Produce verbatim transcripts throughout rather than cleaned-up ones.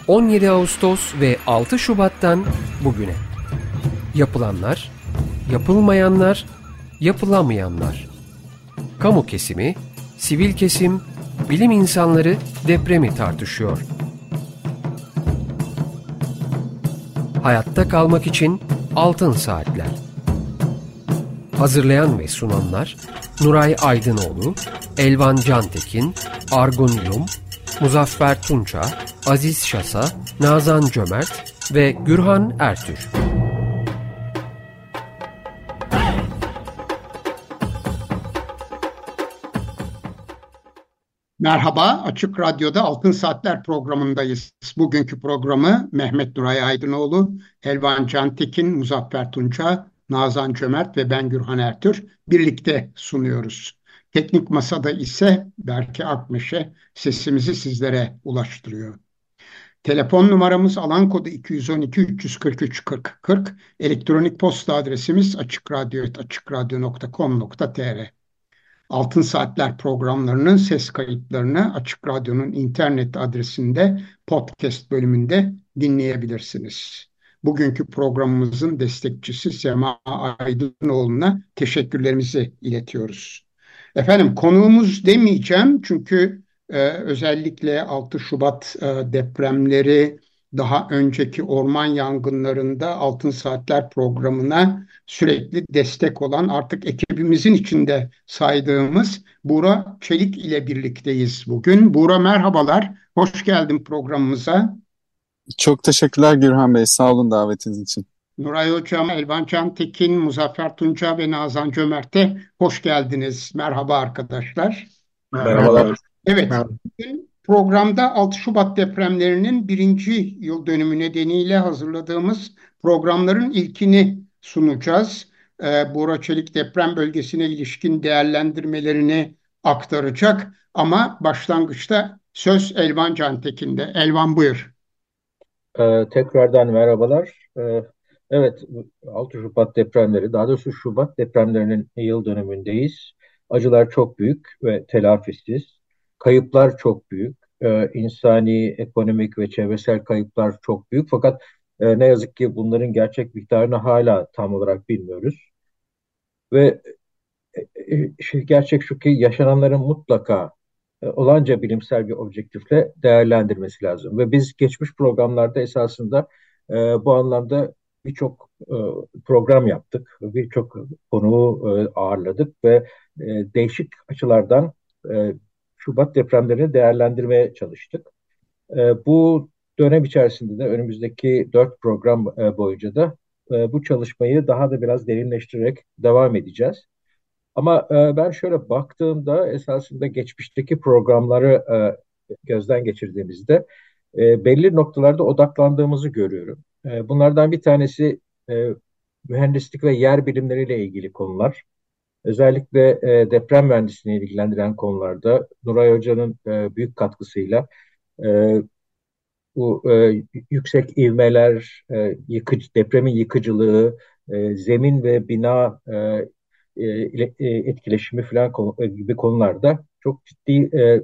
on yedi Ağustos ve altı Şubat'tan bugüne. Yapılanlar, yapılmayanlar, yapılamayanlar. Kamu kesimi, sivil kesim, bilim insanları depremi tartışıyor. Hayatta kalmak için altın saatler. Hazırlayan ve sunanlar Nuray Aydınoğlu, Elvan Cantekin, Argun Yum, Muzaffer Tunça, Aziz Şasa, Nazan Cömert ve Gürhan Ertür. Merhaba, Açık Radyo'da Altın Saatler programındayız. Bugünkü programı Mehmet Nuray Aydınoğlu, Elvan Cantekin, Muzaffer Tunça, Nazan Cömert ve ben Gürhan Ertür birlikte sunuyoruz. Teknik Masada ise Berke Akmeşe sesimizi sizlere ulaştırıyor. Telefon numaramız alan kodu iki yüz on iki üç yüz kırk üç kırk kırk, elektronik posta adresimiz açıkradyo et açıkradyo nokta com nokta tr. Altın Saatler programlarının ses kayıtlarını Açık Radyo'nun internet adresinde podcast bölümünde dinleyebilirsiniz. Bugünkü programımızın destekçisi Sema Aydınoğlu'na teşekkürlerimizi iletiyoruz. Efendim konuğumuz demeyeceğim çünkü e, özellikle altı Şubat e, depremleri, daha önceki orman yangınlarında Altın Saatler programına sürekli destek olan, artık ekibimizin içinde saydığımız Buğra Çelik ile birlikteyiz bugün. Buğra merhabalar, hoş geldin programımıza. Çok teşekkürler Gürhan Bey. Sağ olun davetiniz için. Nuray Hocam, Elvan Cantekin, Muzaffer Tunca ve Nazan Cömert'e hoş geldiniz. Merhaba arkadaşlar. Merhabalar. Evet, bugün programda altı Şubat depremlerinin birinci yıl dönümü nedeniyle hazırladığımız programların ilkini sunacağız. Ee, Buğra Çelik deprem bölgesine ilişkin değerlendirmelerini aktaracak. Ama başlangıçta söz Elvan Cantekin'de. Elvan buyur. Ee, tekrardan merhabalar. Ee, evet, altı Şubat depremleri, daha doğrusu Şubat depremlerinin yıl dönümündeyiz. Acılar çok büyük ve telafisiz. Kayıplar çok büyük. Ee, insani, ekonomik ve çevresel kayıplar çok büyük. Fakat e, ne yazık ki bunların gerçek miktarını hala tam olarak bilmiyoruz. Ve e, e, şey, gerçek şu ki yaşananların mutlaka e, olanca bilimsel bir objektifle değerlendirmesi lazım. Ve biz geçmiş programlarda esasında e, bu anlamda birçok e, program yaptık, birçok konuğu e, ağırladık ve e, değişik açılardan e, Şubat depremlerini değerlendirmeye çalıştık. E, bu dönem içerisinde de önümüzdeki dört program e, boyunca da e, bu çalışmayı daha da biraz derinleştirerek devam edeceğiz. Ama e, ben şöyle baktığımda esasında geçmişteki programları e, gözden geçirdiğimizde e, belli noktalarda odaklandığımızı görüyorum. E, bunlardan bir tanesi e, mühendislik ve yer bilimleriyle ilgili konular. Özellikle e, deprem mühendisliğini ilgilendiren konularda Nuray Hoca'nın e, büyük katkısıyla e, bu e, yüksek ivmeler, e, yıkıcı, depremin yıkıcılığı, e, zemin ve bina e, e, ile- e, etkileşimi falan konu- e, gibi konularda çok ciddi e,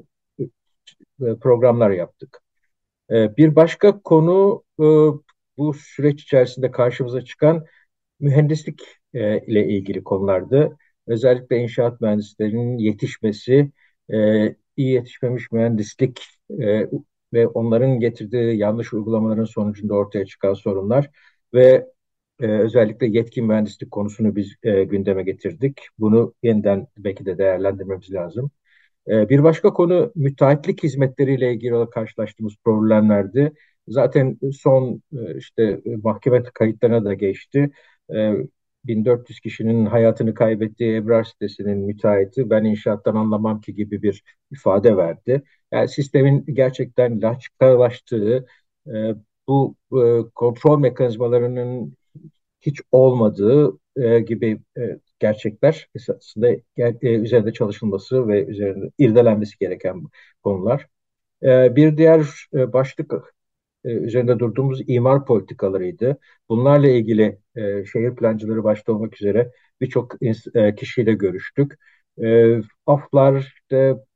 e, programlar yaptık. E, bir başka konu e, bu süreç içerisinde karşımıza çıkan mühendislik e, ile ilgili konulardı. Özellikle inşaat mühendislerinin yetişmesi, e, iyi yetişmemiş mühendislik e, ve onların getirdiği yanlış uygulamaların sonucunda ortaya çıkan sorunlar ve e, özellikle yetkin mühendislik konusunu biz e, gündeme getirdik. Bunu yeniden belki de değerlendirmemiz lazım. E, bir başka konu müteahhitlik hizmetleriyle ilgili olarak karşılaştığımız problemlerdi. Zaten son e, işte e, mahkeme kayıtlarına da geçti. E, bin dört yüz kişinin hayatını kaybettiği Ebrar sitesinin müteahhiti ben inşaattan anlamam ki gibi bir ifade verdi. Yani sistemin gerçekten laçkalaştığı, e, bu e, kontrol mekanizmalarının hiç olmadığı e, gibi e, gerçekler esasında ger- e, üzerinde çalışılması ve üzerinde irdelenmesi gereken konular. E, bir diğer e, başlık e, üzerinde durduğumuz imar politikalarıydı. Bunlarla ilgili e, şehir plancıları başta olmak üzere birçok ins- e, kişiyle görüştük. E, aflar, işte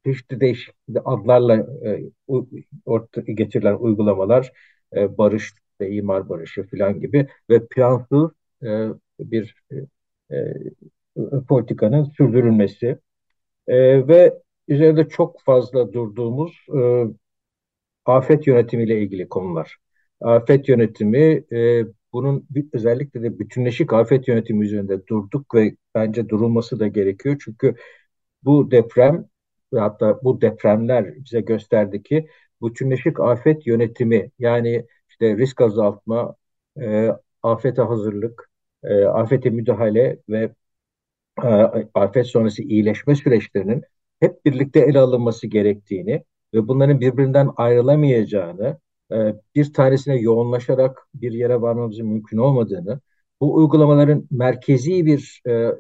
çeşitli değişik adlarla e, u- orta, getirilen uygulamalar, e, barış, işte imar barışı falan gibi ve plansız e, bir e, e, politikanın sürdürülmesi e, ve üzerinde çok fazla durduğumuz e, afet yönetimiyle ilgili konular. Afet yönetimi, e, bunun bir- özellikle de bütünleşik afet yönetimi üzerinde durduk ve bence durulması da gerekiyor. Çünkü bu deprem ve hatta bu depremler bize gösterdi ki bütünleşik afet yönetimi, yani işte risk azaltma, e, afete hazırlık, e, afete müdahale ve e, afet sonrası iyileşme süreçlerinin hep birlikte ele alınması gerektiğini ve bunların birbirinden ayrılamayacağını, e, bir tanesine yoğunlaşarak bir yere varmamızın mümkün olmadığını, bu uygulamaların merkezi bir e, e,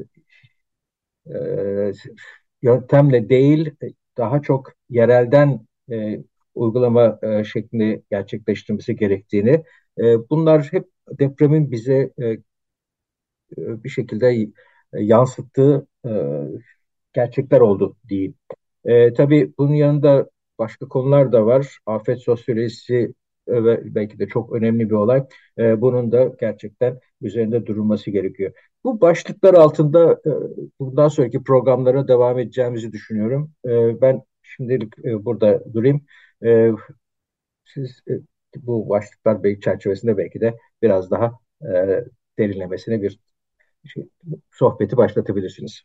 e, yöntemle değil, daha çok yerelden e, uygulama e, şeklinde gerçekleştirmesi gerektiğini, e, bunlar hep depremin bize e, bir şekilde e, yansıttığı e, gerçekler oldu diyeyim. E, tabii bunun yanında başka konular da var. Afet sosyolojisi e, ve belki de çok önemli bir olay. E, bunun da gerçekten üzerinde durulması gerekiyor. Bu başlıklar altında e, bundan sonraki programlara devam edeceğimizi düşünüyorum. E, ben şimdilik e, burada durayım. E, siz e, bu başlıklar belki çerçevesinde belki de biraz daha e, derinlemesine bir şey, sohbeti başlatabilirsiniz.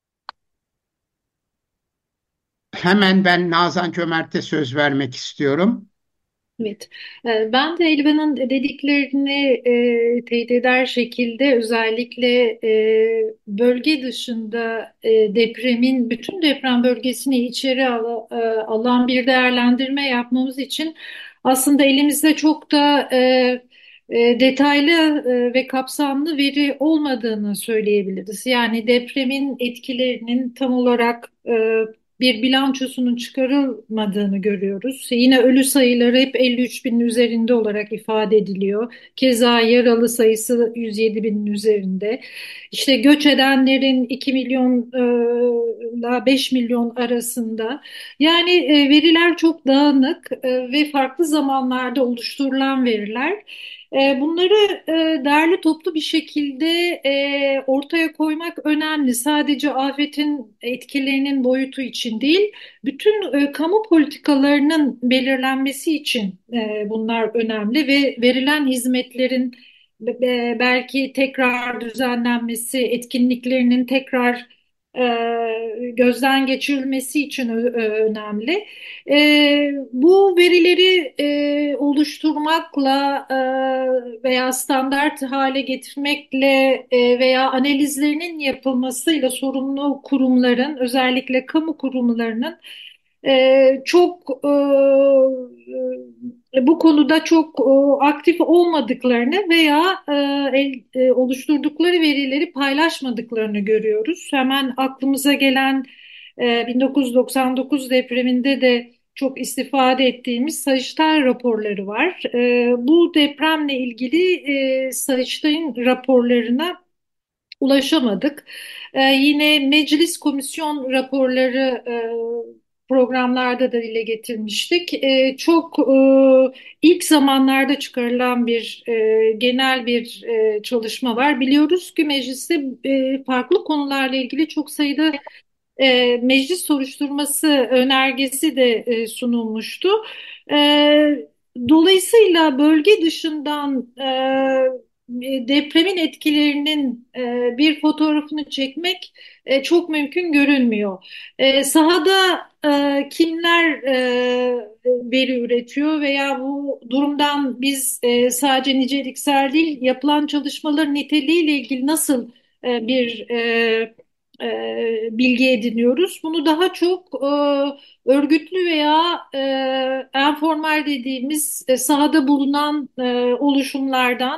Hemen ben Nazan Cömert'e söz vermek istiyorum. Evet, Ee, ben de Elvan'ın dediklerini e, teyit eder şekilde özellikle e, bölge dışında e, depremin bütün deprem bölgesini içeri al- e, alan bir değerlendirme yapmamız için aslında elimizde çok da e, e, detaylı e, ve kapsamlı veri olmadığını söyleyebiliriz. Yani depremin etkilerinin tam olarak e, bir bilançosunun çıkarılmadığını görüyoruz. Yine ölü sayıları hep elli üç binin üzerinde olarak ifade ediliyor. Keza yaralı sayısı yüz yedi binin üzerinde. İşte göç edenlerin iki milyon e, ile beş milyon arasında. Yani e, veriler çok dağınık e, ve farklı zamanlarda oluşturulan veriler. E, Bunları e, derli toplu bir şekilde e, ortaya koymak önemli. Sadece afetin etkilerinin boyutu için değil, bütün e, kamu politikalarının belirlenmesi için e, bunlar önemli ve verilen hizmetlerin e, belki tekrar düzenlenmesi, etkinliklerinin tekrar e, gözden geçirilmesi için ö- ö- önemli. E, bu verileri e, oluşturmakla e, veya standart hale getirmekle e, veya analizlerinin yapılmasıyla sorumlu kurumların, özellikle kamu kurumlarının e, çok e, e, bu konuda çok e, aktif olmadıklarını veya e, el- e, oluşturdukları verileri paylaşmadıklarını görüyoruz. Hemen aklımıza gelen e, bin dokuz yüz doksan dokuz depreminde de çok istifade ettiğimiz Sayıştay raporları var. E, bu depremle ilgili e, Sayıştay'ın raporlarına ulaşamadık. Ee, yine meclis komisyon raporları e, programlarda da dile getirmiştik. Ee, çok e, ilk zamanlarda çıkarılan bir e, genel bir e, çalışma var. Biliyoruz ki mecliste e, farklı konularla ilgili çok sayıda e, meclis soruşturması önergesi de e, sunulmuştu. E, Dolayısıyla bölge dışından e, depremin etkilerinin e, bir fotoğrafını çekmek e, çok mümkün görünmüyor. E, sahada e, kimler e, veri üretiyor veya bu durumdan biz e, sadece niceliksel değil yapılan çalışmaların niteliğiyle ilgili nasıl e, bir e, e, bilgi ediniyoruz. Bunu daha çok e, örgütlü veya e, enformal dediğimiz e, sahada bulunan e, oluşumlardan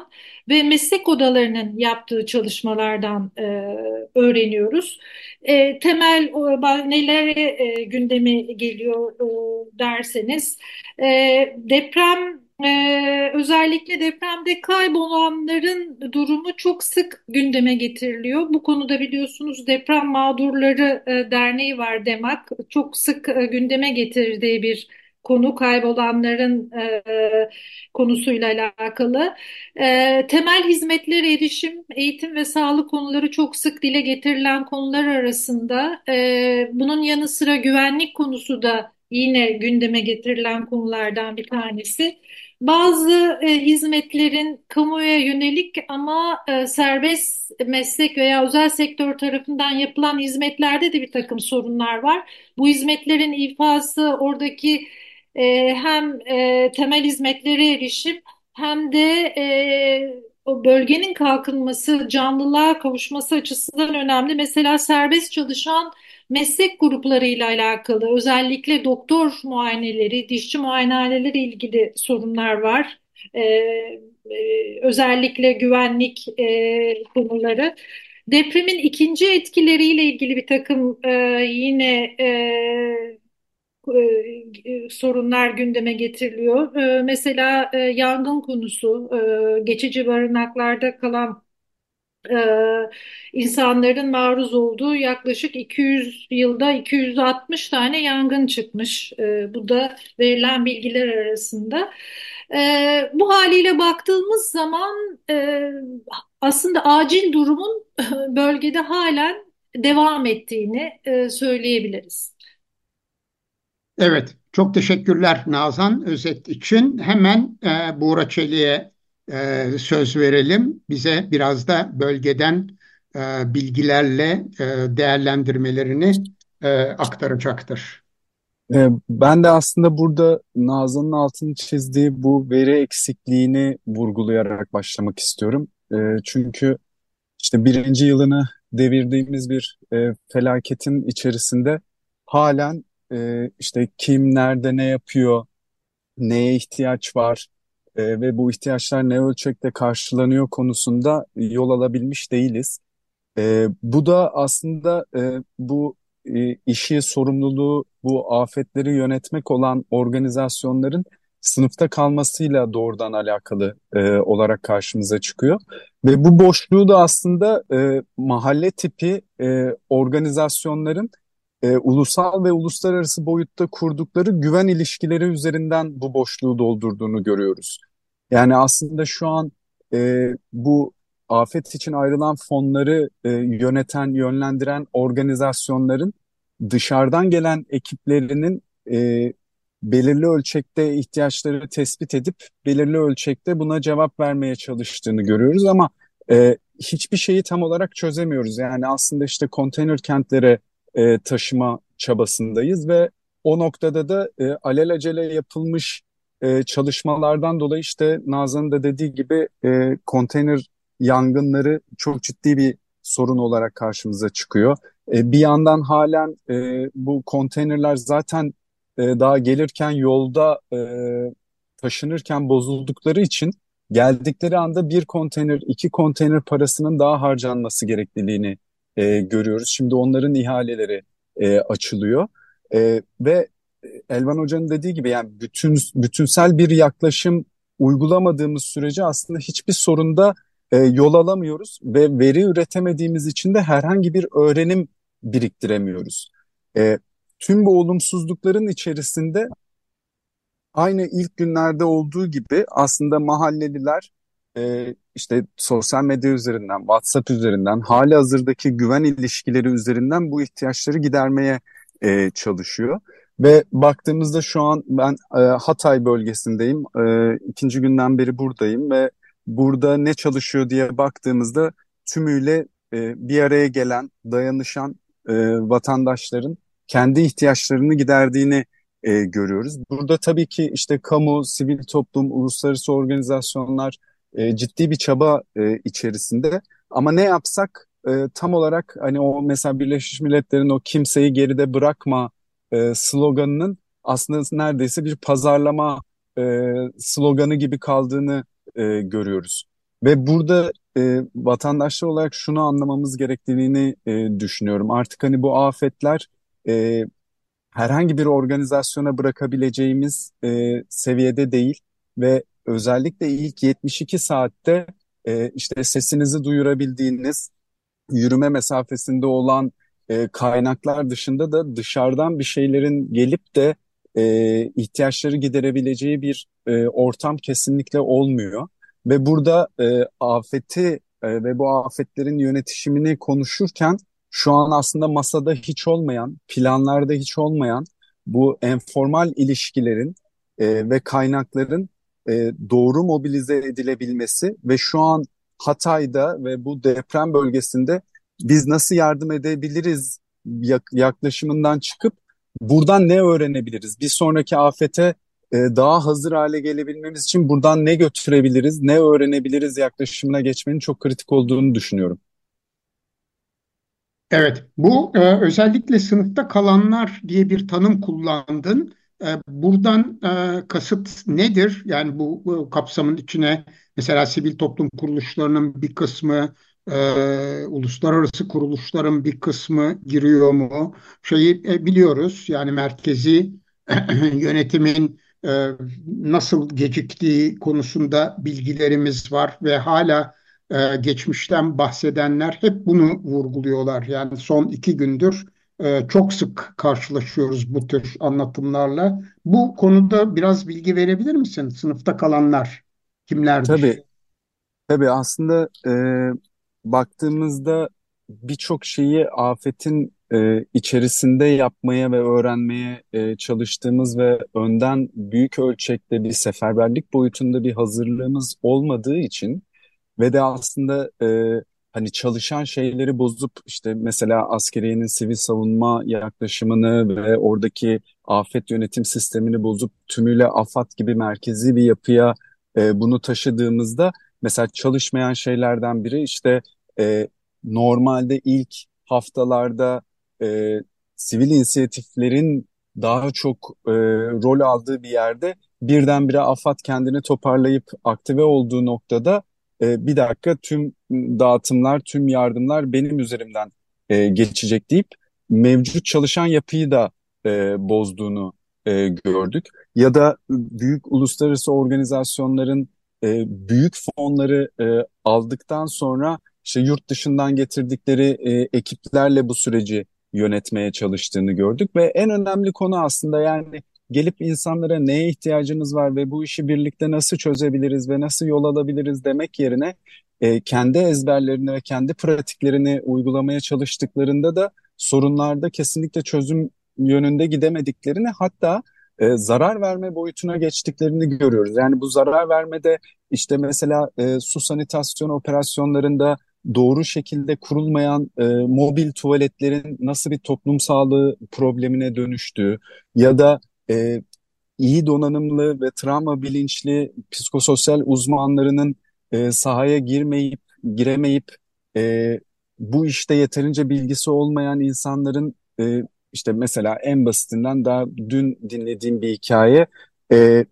ve meslek odalarının yaptığı çalışmalardan e, öğreniyoruz. E, temel e, nelere e, gündeme geliyor e, derseniz, e, deprem e, özellikle depremde kaybolanların durumu çok sık gündeme getiriliyor. Bu konuda biliyorsunuz Deprem Mağdurları e, Derneği var, DEMAK. Çok sık e, gündeme getirdiği bir konu kaybolanların e, konusuyla alakalı. E, temel hizmetlere erişim, eğitim ve sağlık konuları çok sık dile getirilen konular arasında. E, bunun yanı sıra güvenlik konusu da yine gündeme getirilen konulardan bir tanesi. Bazı e, hizmetlerin kamuya yönelik ama e, serbest meslek veya özel sektör tarafından yapılan hizmetlerde de bir takım sorunlar var. Bu hizmetlerin ifası oradaki e, hem e, temel hizmetlere erişim hem de e, o bölgenin kalkınması, canlılığa kavuşması açısından önemli. Mesela serbest çalışan meslek gruplarıyla alakalı özellikle doktor muayeneleri, dişçi muayenehaneleri ilgili sorunlar var. Ee, e, özellikle güvenlik e, konuları. Depremin ikinci etkileriyle ilgili bir takım e, yine e, e, sorunlar gündeme getiriliyor. E, mesela e, yangın konusu, e, geçici barınaklarda kalan e, insanların maruz olduğu yaklaşık iki yüz yılda iki yüz altmış tane yangın çıkmış. E, bu da verilen bilgiler arasında. E, bu haliyle baktığımız zaman e, aslında acil durumun bölgede halen devam ettiğini e, söyleyebiliriz. Evet, çok teşekkürler Nazan özet için. Hemen e, Buğra Çelik'e e, söz verelim. Bize biraz da bölgeden e, bilgilerle e, değerlendirmelerini e, aktaracaktır. Ee, Ben de aslında burada Nazan'ın altını çizdiği bu veri eksikliğini vurgulayarak başlamak istiyorum. Ee, Çünkü işte birinci yılını devirdiğimiz bir e, felaketin içerisinde halen e, işte kim nerede ne yapıyor, neye ihtiyaç var e, ve bu ihtiyaçlar ne ölçekte karşılanıyor konusunda yol alabilmiş değiliz. E, bu da aslında e, bu e, işi, sorumluluğu, bu afetleri yönetmek olan organizasyonların sınıfta kalmasıyla doğrudan alakalı e, olarak karşımıza çıkıyor. Ve bu boşluğu da aslında e, mahalle tipi e, organizasyonların e, ulusal ve uluslararası boyutta kurdukları güven ilişkileri üzerinden bu boşluğu doldurduğunu görüyoruz. Yani aslında şu an e, bu afet için ayrılan fonları e, yöneten, yönlendiren organizasyonların dışarıdan gelen ekiplerinin e, belirli ölçekte ihtiyaçları tespit edip belirli ölçekte buna cevap vermeye çalıştığını görüyoruz ama e, hiçbir şeyi tam olarak çözemiyoruz. Yani aslında işte konteyner kentlere e, taşıma çabasındayız ve o noktada da e, alelacele yapılmış e, çalışmalardan dolayı işte Nazan'ın da dediği gibi e, konteyner yangınları çok ciddi bir sorun olarak karşımıza çıkıyor. E, bir yandan halen e, bu konteynerler zaten e, daha gelirken yolda e, taşınırken bozuldukları için geldikleri anda bir konteyner, iki konteyner parasının daha harcanması gerekliliğini e, görüyoruz. Şimdi onların ihaleleri e, açılıyor. E, ve Elvan Hoca'nın dediği gibi yani bütün bütünsel bir yaklaşım uygulamadığımız sürece aslında hiçbir sorunda e, yol alamıyoruz ve veri üretemediğimiz için de herhangi bir öğrenim biriktiremiyoruz. E, Tüm bu olumsuzlukların içerisinde aynı ilk günlerde olduğu gibi aslında mahalleliler e, işte sosyal medya üzerinden, WhatsApp üzerinden, hali hazırdaki güven ilişkileri üzerinden bu ihtiyaçları gidermeye e, çalışıyor. Ve baktığımızda şu an ben e, Hatay bölgesindeyim. E, ikinci günden beri buradayım ve burada ne çalışıyor diye baktığımızda tümüyle e, bir araya gelen, dayanışan e, vatandaşların kendi ihtiyaçlarını giderdiğini e, görüyoruz. Burada tabii ki işte kamu, sivil toplum, uluslararası organizasyonlar e, ciddi bir çaba e, içerisinde. Ama ne yapsak e, tam olarak hani o mesela Birleşmiş Milletler'in o kimseyi geride bırakma e, sloganının aslında neredeyse bir pazarlama e, sloganı gibi kaldığını e, görüyoruz. Ve burada e, vatandaşlar olarak şunu anlamamız gerektiğini e, düşünüyorum. Artık hani bu afetler e, herhangi bir organizasyona bırakabileceğimiz e, seviyede değil ve özellikle ilk yetmiş iki saatte e, işte sesinizi duyurabildiğiniz, yürüme mesafesinde olan e, kaynaklar dışında da dışarıdan bir şeylerin gelip de e, ihtiyaçları giderebileceği bir e, ortam kesinlikle olmuyor. Ve burada e, afeti e, ve bu afetlerin yönetişimini konuşurken şu an aslında masada hiç olmayan, planlarda hiç olmayan bu enformal ilişkilerin e, ve kaynakların e, doğru mobilize edilebilmesi ve şu an Hatay'da ve bu deprem bölgesinde biz nasıl yardım edebiliriz yak- yaklaşımından çıkıp buradan ne öğrenebiliriz? Bir sonraki afete e, daha hazır hale gelebilmemiz için buradan ne götürebiliriz, ne öğrenebiliriz yaklaşımına geçmenin çok kritik olduğunu düşünüyorum. Evet, bu e, özellikle sınıfta kalanlar diye bir tanım kullandın. E, buradan e, kasıt nedir? Yani bu, bu kapsamın içine mesela sivil toplum kuruluşlarının bir kısmı, e, uluslararası kuruluşların bir kısmı giriyor mu? Şeyi e, biliyoruz. Yani merkezi yönetimin e, nasıl geciktiği konusunda bilgilerimiz var ve hala e, geçmişten bahsedenler hep bunu vurguluyorlar. Yani son iki gündür e, çok sık karşılaşıyoruz bu tür anlatımlarla. Bu konuda biraz bilgi verebilir misin? Sınıfta kalanlar kimlerdir? Tabii, tabii aslında e, baktığımızda birçok şeyi afetin e, içerisinde yapmaya ve öğrenmeye e, çalıştığımız ve önden büyük ölçekte bir seferberlik boyutunda bir hazırlığımız olmadığı için ve de aslında e, hani çalışan şeyleri bozup işte mesela askeriyenin sivil savunma yaklaşımını ve oradaki afet yönetim sistemini bozup tümüyle AFAD gibi merkezi bir yapıya e, bunu taşıdığımızda mesela çalışmayan şeylerden biri işte e, normalde ilk haftalarda e, sivil inisiyatiflerin daha çok e, rol aldığı bir yerde birdenbire AFAD kendini toparlayıp aktive olduğu noktada e, bir dakika tüm dağıtımlar, tüm yardımlar benim üzerimden e, geçecek deyip mevcut çalışan yapıyı da e, bozduğunu e, gördük. Ya da büyük uluslararası organizasyonların e, büyük fonları e, aldıktan sonra işte yurt dışından getirdikleri e, ekiplerle bu süreci yönetmeye çalıştığını gördük ve en önemli konu aslında yani gelip insanlara neye ihtiyacınız var ve bu işi birlikte nasıl çözebiliriz ve nasıl yol alabiliriz demek yerine e, kendi ezberlerini ve kendi pratiklerini uygulamaya çalıştıklarında da sorunlarda kesinlikle çözüm yönünde gidemediklerini hatta e, zarar verme boyutuna geçtiklerini görüyoruz. Yani bu zarar vermede işte mesela e, su sanitasyon operasyonlarında doğru şekilde kurulmayan e, mobil tuvaletlerin nasıl bir toplum sağlığı problemine dönüştüğü ya da e, iyi donanımlı ve travma bilinçli psikososyal uzmanlarının e, sahaya girmeyip giremeyip e, bu işte yeterince bilgisi olmayan insanların e, işte mesela en basitinden daha dün dinlediğim bir hikaye. E,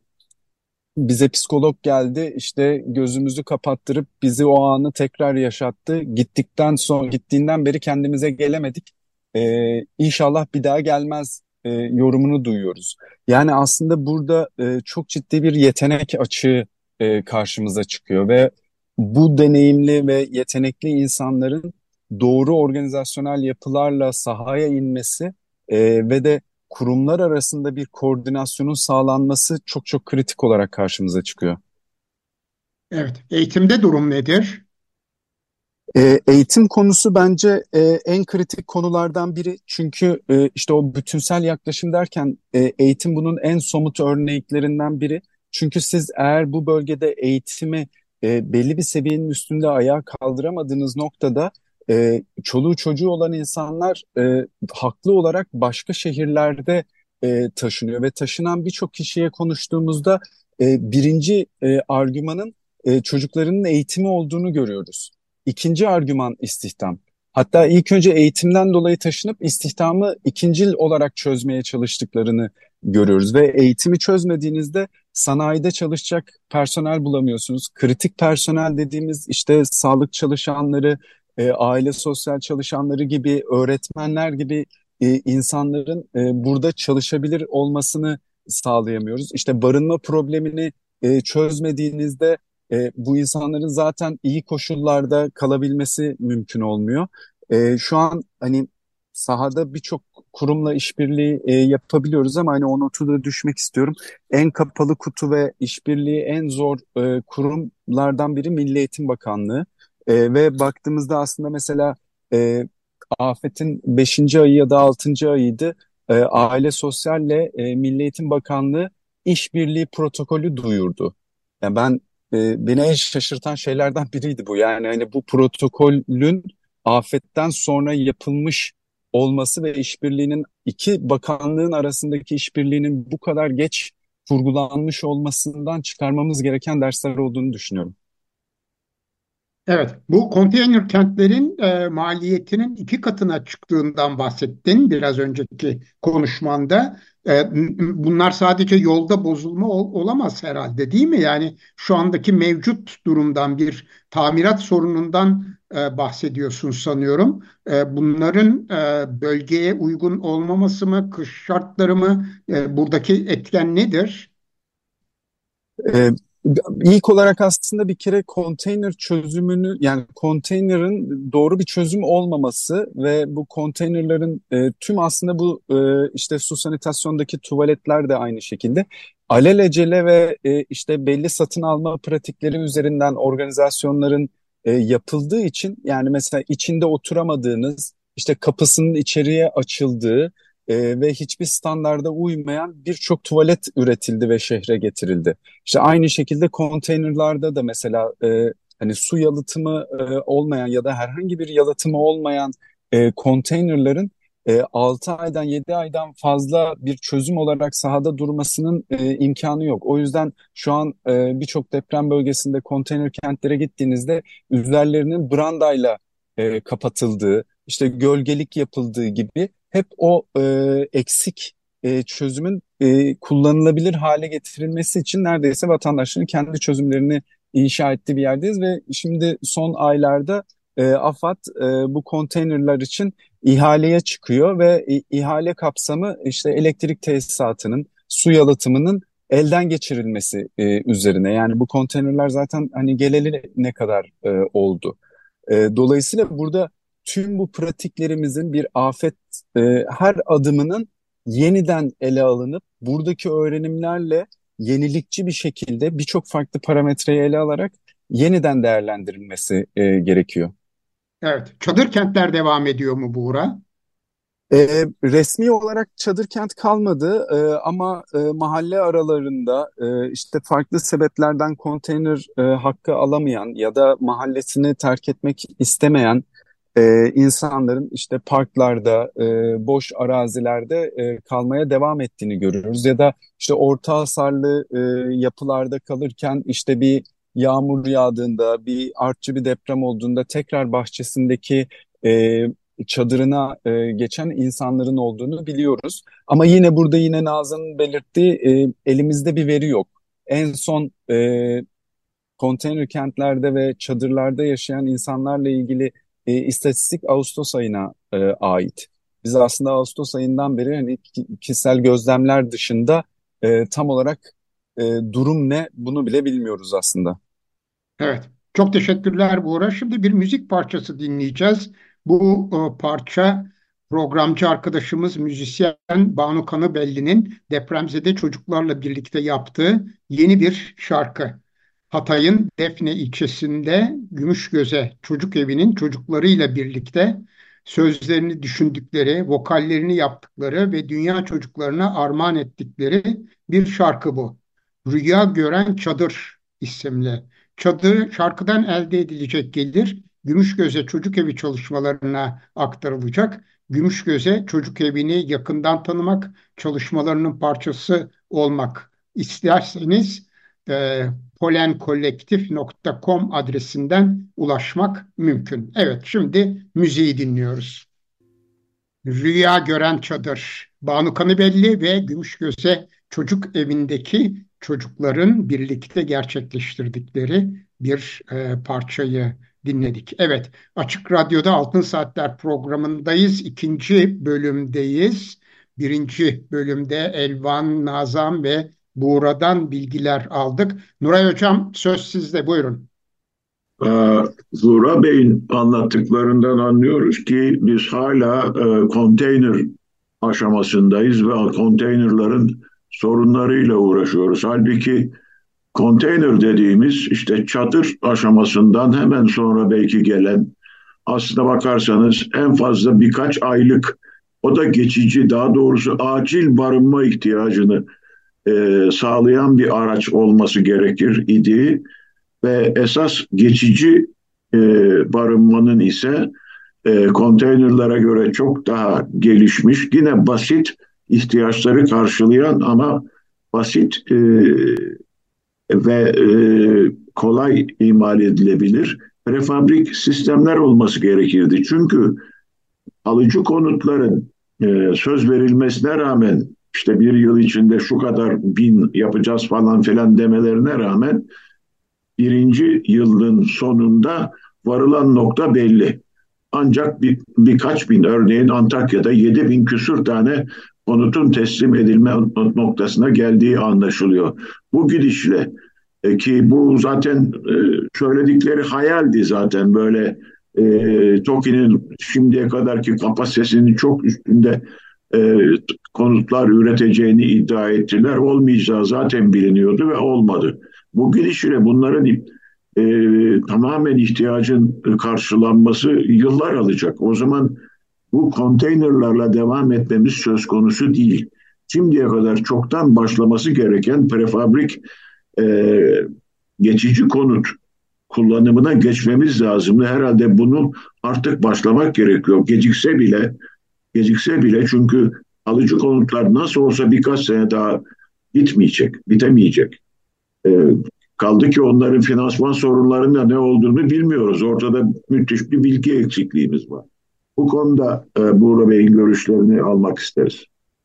Bize psikolog geldi işte gözümüzü kapattırıp bizi o anı tekrar yaşattı. Gittikten sonra gittiğinden beri kendimize gelemedik. Ee, İnşallah bir daha gelmez e, yorumunu duyuyoruz. Yani aslında burada e, çok ciddi bir yetenek açığı e, karşımıza çıkıyor ve bu deneyimli ve yetenekli insanların doğru organizasyonel yapılarla sahaya inmesi e, ve de kurumlar arasında bir koordinasyonun sağlanması çok çok kritik olarak karşımıza çıkıyor. Evet, eğitimde durum nedir? E, eğitim konusu bence e, en kritik konulardan biri. Çünkü e, işte o bütünsel yaklaşım derken e, eğitim bunun en somut örneklerinden biri. Çünkü siz eğer bu bölgede eğitimi e, belli bir seviyenin üstünde ayağa kaldıramadığınız noktada e, çoluğu çocuğu olan insanlar e, haklı olarak başka şehirlerde e, taşınıyor ve taşınan birçok kişiye konuştuğumuzda e, birinci e, argümanın e, çocuklarının eğitimi olduğunu görüyoruz. İkinci argüman istihdam. Hatta ilk önce eğitimden dolayı taşınıp istihdamı ikincil olarak çözmeye çalıştıklarını görüyoruz. Ve eğitimi çözmediğinizde sanayide çalışacak personel bulamıyorsunuz. Kritik personel dediğimiz işte sağlık çalışanları, e, aile sosyal çalışanları gibi, öğretmenler gibi e, insanların e, burada çalışabilir olmasını sağlayamıyoruz. İşte barınma problemini e, çözmediğinizde e, bu insanların zaten iyi koşullarda kalabilmesi mümkün olmuyor. E, şu an hani sahada birçok kurumla işbirliği e, yapabiliyoruz ama hani o notu da düşmek istiyorum. En kapalı kutu ve işbirliği en zor e, kurumlardan biri Milli Eğitim Bakanlığı. E, ve baktığımızda aslında mesela e, afetin beşinci ayı ya da altıncı ayıydı. E, Aile Sosyal'le e, Milli Eğitim Bakanlığı işbirliği protokolü duyurdu. Yani ben e, beni en şaşırtan şeylerden biriydi bu. Yani hani bu protokolün afetten sonra yapılmış olması ve işbirliğinin iki bakanlığın arasındaki işbirliğinin bu kadar geç kurgulanmış olmasından çıkarmamız gereken dersler olduğunu düşünüyorum. Evet, bu konteyner kentlerin e, maliyetinin iki katına çıktığından bahsettin biraz önceki konuşmanda. E, n- bunlar sadece yolda bozulma ol- olamaz herhalde, değil mi? Yani şu andaki mevcut durumdan bir tamirat sorunundan e, bahsediyorsun sanıyorum. E, bunların e, bölgeye uygun olmaması mı, kış şartları mı, e, buradaki etken nedir? Ee, ilk olarak aslında bir kere konteyner çözümünü yani konteynerin doğru bir çözüm olmaması ve bu konteynerlerin e, tüm aslında bu e, işte su sanitasyondaki tuvaletler de aynı şekilde alelacele ve e, işte belli satın alma pratikleri üzerinden organizasyonların e, yapıldığı için yani mesela içinde oturamadığınız işte kapısının içeriye açıldığı e, ve hiçbir standarda uymayan birçok tuvalet üretildi ve şehre getirildi. İşte aynı şekilde konteynerlarda da mesela e, hani su yalıtımı e, olmayan ya da herhangi bir yalıtımı olmayan e, konteynerların e, altı aydan yedi aydan fazla bir çözüm olarak sahada durmasının e, imkanı yok. O yüzden şu an e, birçok deprem bölgesinde konteyner kentlere gittiğinizde üzerlerinin brandayla e, kapatıldığı, işte gölgelik yapıldığı gibi hep o e, eksik e, çözümün e, kullanılabilir hale getirilmesi için neredeyse vatandaşların kendi çözümlerini inşa ettiği bir yerdeyiz ve şimdi son aylarda e, AFAD e, bu konteynerler için ihaleye çıkıyor ve i- ihale kapsamı işte elektrik tesisatının, su yalıtımının elden geçirilmesi e, üzerine. Yani bu konteynerler zaten hani geleli ne kadar e, oldu. E, dolayısıyla burada tüm bu pratiklerimizin bir afet e, her adımının yeniden ele alınıp buradaki öğrenimlerle yenilikçi bir şekilde birçok farklı parametreyi ele alarak yeniden değerlendirilmesi e, gerekiyor. Evet, çadır kentler devam ediyor mu Buğra? E, resmi olarak çadır kent kalmadı e, ama e, mahalle aralarında e, işte farklı sebeplerden konteyner e, hakkı alamayan ya da mahallesini terk etmek istemeyen e, insanların işte parklarda, e, boş arazilerde e, kalmaya devam ettiğini görüyoruz. Ya da işte orta hasarlı e, yapılarda kalırken işte bir yağmur yağdığında, bir artçı bir deprem olduğunda tekrar bahçesindeki e, çadırına e, geçen insanların olduğunu biliyoruz. Ama yine burada yine Nazan'ın belirttiği e, elimizde bir veri yok. En son e, konteyner kentlerde ve çadırlarda yaşayan insanlarla ilgili e, istatistik Ağustos ayına e, ait. Biz aslında Ağustos ayından beri hani ki- kişisel gözlemler dışında e, tam olarak e, durum ne bunu bile bilmiyoruz aslında. Evet. Çok teşekkürler Buğra. Şimdi bir müzik parçası dinleyeceğiz. Bu e, parça programcı arkadaşımız müzisyen Banu Kanıbelli'nin depremzede çocuklarla birlikte yaptığı yeni bir şarkı. Hatay'ın Defne ilçesinde Gümüşgöze Çocuk Evi'nin çocuklarıyla birlikte sözlerini düşündükleri, vokallerini yaptıkları ve dünya çocuklarına armağan ettikleri bir şarkı bu. Rüya Gören Çadır isimli. Çadır şarkıdan elde edilecek gelir Gümüşgöze Çocuk Evi çalışmalarına aktarılacak. Gümüşgöze Çocuk Evi'ni yakından tanımak, çalışmalarının parçası olmak isterseniz e, polenkolektif nokta com adresinden ulaşmak mümkün. Evet, şimdi müziği dinliyoruz. Rüya Gören Çadır, Banu Kanıbelli ve Gümüşgöze Çocuk Evi'ndeki çocukların birlikte gerçekleştirdikleri bir e, parçayı dinledik. Evet, Açık Radyo'da Altın Saatler programındayız. İkinci bölümdeyiz. Birinci bölümde Elvan, Nazan ve Buğra'dan bilgiler aldık. Nuray Hocam, söz sizde, buyurun. Ee, Zura Bey'in anlattıklarından anlıyoruz ki biz hala e, konteyner aşamasındayız ve konteynerların sorunlarıyla uğraşıyoruz. Halbuki konteyner dediğimiz işte çadır aşamasından hemen sonra belki gelen, aslına bakarsanız en fazla birkaç aylık, o da geçici, daha doğrusu acil barınma ihtiyacını e, sağlayan bir araç olması gerekir idi. Ve esas geçici e, barınmanın ise e, konteynerlara göre çok daha gelişmiş, yine basit ihtiyaçları karşılayan ama basit e, ve e, kolay imal edilebilir prefabrik sistemler olması gerekirdi. Çünkü alıcı konutların e, söz verilmesine rağmen işte bir yıl içinde şu kadar bin yapacağız falan filan demelerine rağmen birinci yılın sonunda varılan nokta belli. Ancak bir, birkaç bin, örneğin Antakya'da yedi bin küsür tane konutun teslim edilme noktasına geldiği anlaşılıyor. Bu gidişle e, ki bu zaten e, söyledikleri hayaldi zaten, böyle e, TOKİ'nin şimdiye kadarki kapasitesinin çok üstünde e, konutlar üreteceğini iddia ettiler. Olmayacağı zaten biliniyordu ve olmadı. Bu gidişle bunların e, tamamen ihtiyacın karşılanması yıllar alacak. O zaman bu konteynerlarla devam etmemiz söz konusu değil. Şimdiye kadar çoktan başlaması gereken prefabrik e, geçici konut kullanımına geçmemiz lazım. Herhalde bunu artık başlamak gerekiyor. Gecikse bile, gecikse bile çünkü alıcı konutlar nasıl olsa birkaç sene daha bitmeyecek, bitemeyecek. E, kaldı ki onların finansman sorunlarının da ne olduğunu bilmiyoruz. Ortada müthiş bir bilgi eksikliğimiz var. Bu konuda e, Buğra Bey'in görüşlerini almak isteriz.